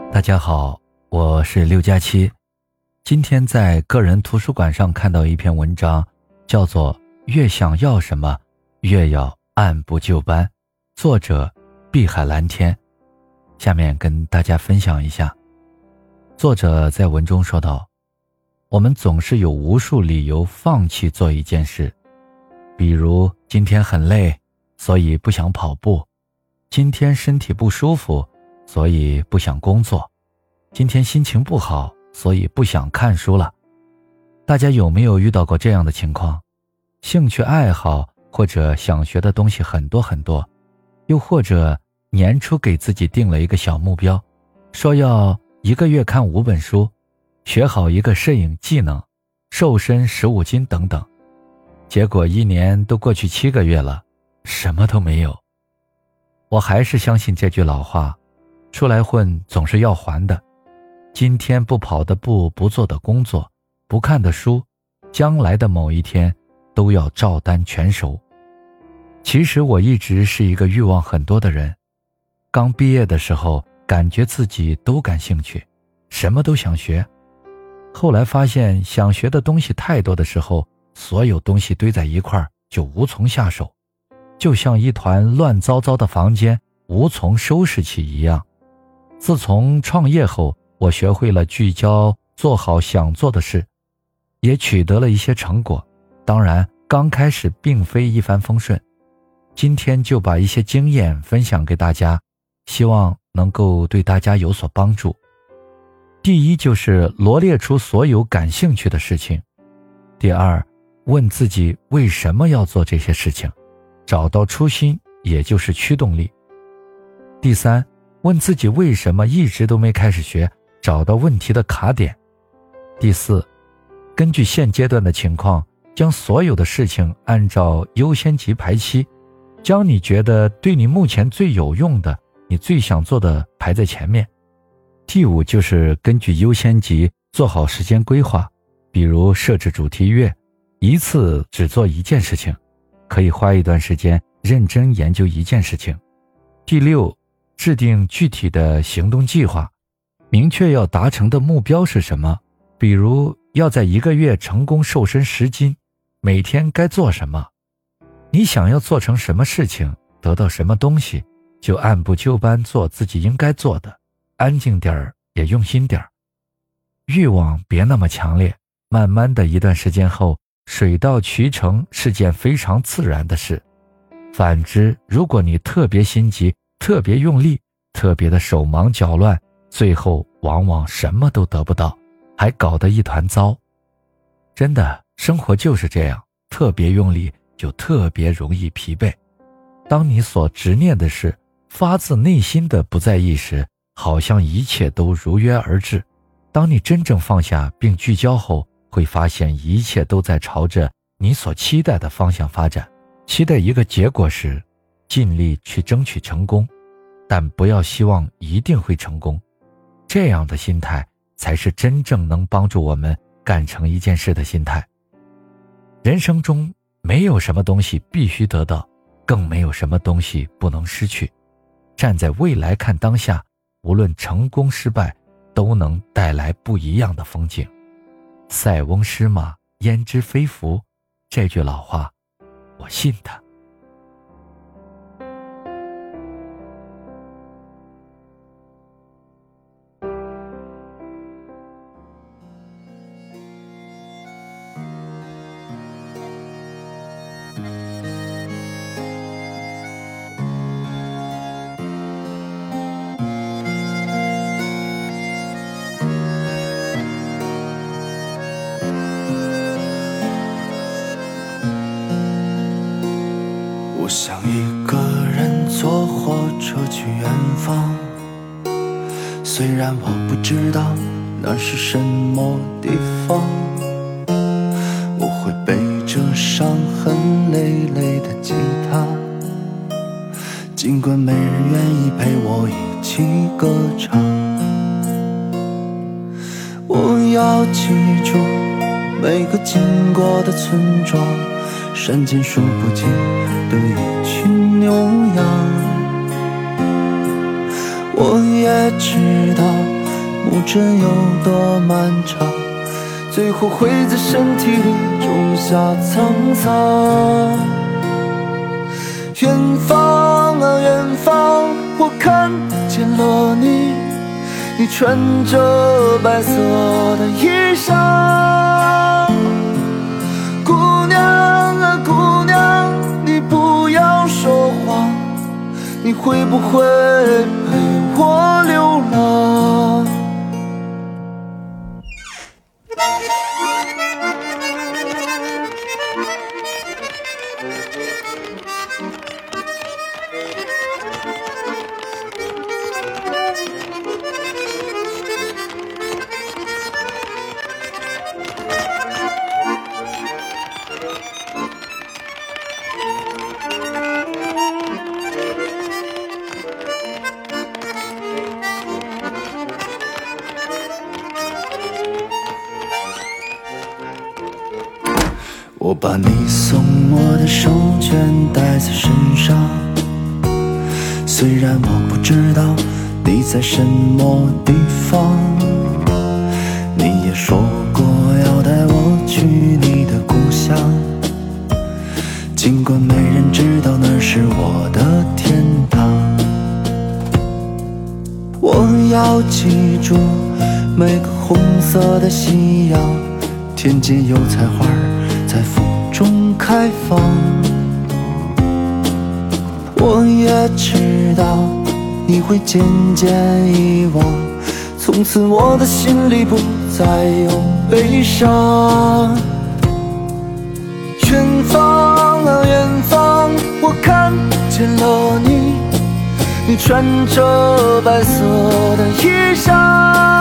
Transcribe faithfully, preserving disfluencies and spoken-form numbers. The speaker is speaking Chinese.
大家好，我是六加七。今天在个人图书馆上看到一篇文章，叫做《越想要什么，越要按部就班》，作者碧海蓝天。下面跟大家分享一下。作者在文中说道，我们总是有无数理由放弃做一件事，比如今天很累，所以不想跑步；今天身体不舒服，所以不想工作；今天心情不好，所以不想看书了。大家有没有遇到过这样的情况？兴趣爱好或者想学的东西很多很多，又或者年初给自己定了一个小目标，说要一个月看五本书，学好一个摄影技能，瘦身十五斤等等。结果一年都过去七个月了，什么都没有。我还是相信这句老话，出来混总是要还的。今天不跑的步，不做的工作，不看的书，将来的某一天都要照单全收。其实我一直是一个欲望很多的人，刚毕业的时候感觉自己都感兴趣，什么都想学。后来发现想学的东西太多的时候，所有东西堆在一块儿就无从下手，就像一团乱糟糟的房间无从收拾起一样。自从创业后，我学会了聚焦，做好想做的事，也取得了一些成果。当然刚开始并非一帆风顺，今天就把一些经验分享给大家，希望能够对大家有所帮助。第一，就是罗列出所有感兴趣的事情。第二，问自己为什么要做这些事情，找到初心，也就是驱动力。第三，问自己为什么一直都没开始学，找到问题的卡点。第四，根据现阶段的情况，将所有的事情按照优先级排期，将你觉得对你目前最有用的，你最想做的排在前面。第五，就是根据优先级做好时间规划，比如设置主题月，一次只做一件事情，可以花一段时间认真研究一件事情。第六，制定具体的行动计划，明确要达成的目标是什么，比如要在一个月成功瘦身十斤，每天该做什么。你想要做成什么事情，得到什么东西，就按部就班做自己应该做的，安静点儿也用心点儿。欲望别那么强烈，慢慢的一段时间后，水到渠成是件非常自然的事。反之，如果你特别心急，特别用力，特别的手忙脚乱，最后往往什么都得不到，还搞得一团糟。真的，生活就是这样，特别用力就特别容易疲惫。当你所执念的事发自内心的不在意时，好像一切都如约而至。当你真正放下并聚焦后，会发现一切都在朝着你所期待的方向发展。期待一个结果时，尽力去争取成功，但不要希望一定会成功。这样的心态才是真正能帮助我们干成一件事的心态。人生中没有什么东西必须得到，更没有什么东西不能失去。站在未来看当下，无论成功失败，都能带来不一样的风景。塞翁失马，焉知非福，这句老话我信它。 我想一个人坐火车去远方，虽然我不知道那是什么地方。我会背着伤痕累累的吉他，尽管没人愿意陪我一起歌唱。我要记住每个经过的村庄，山间数不尽的一群牛羊。我也知道路真有多漫长，最后会在身体里种下沧桑。远方啊远方，我看见了你，你穿着白色的衣裳。姑娘啊姑娘，你不要说谎，你会不会陪我流浪？我把你送我的手绢带在身上，虽然我不知道你在什么地方。你也说过要带我去你的故乡，尽管没人知道那是我的天堂。我要记住每个红色的夕阳，天间油菜花在风中开放。我也知道你会渐渐遗忘，从此我的心里不再有悲伤。远方啊远方，我看见了你，你穿着白色的衣裳。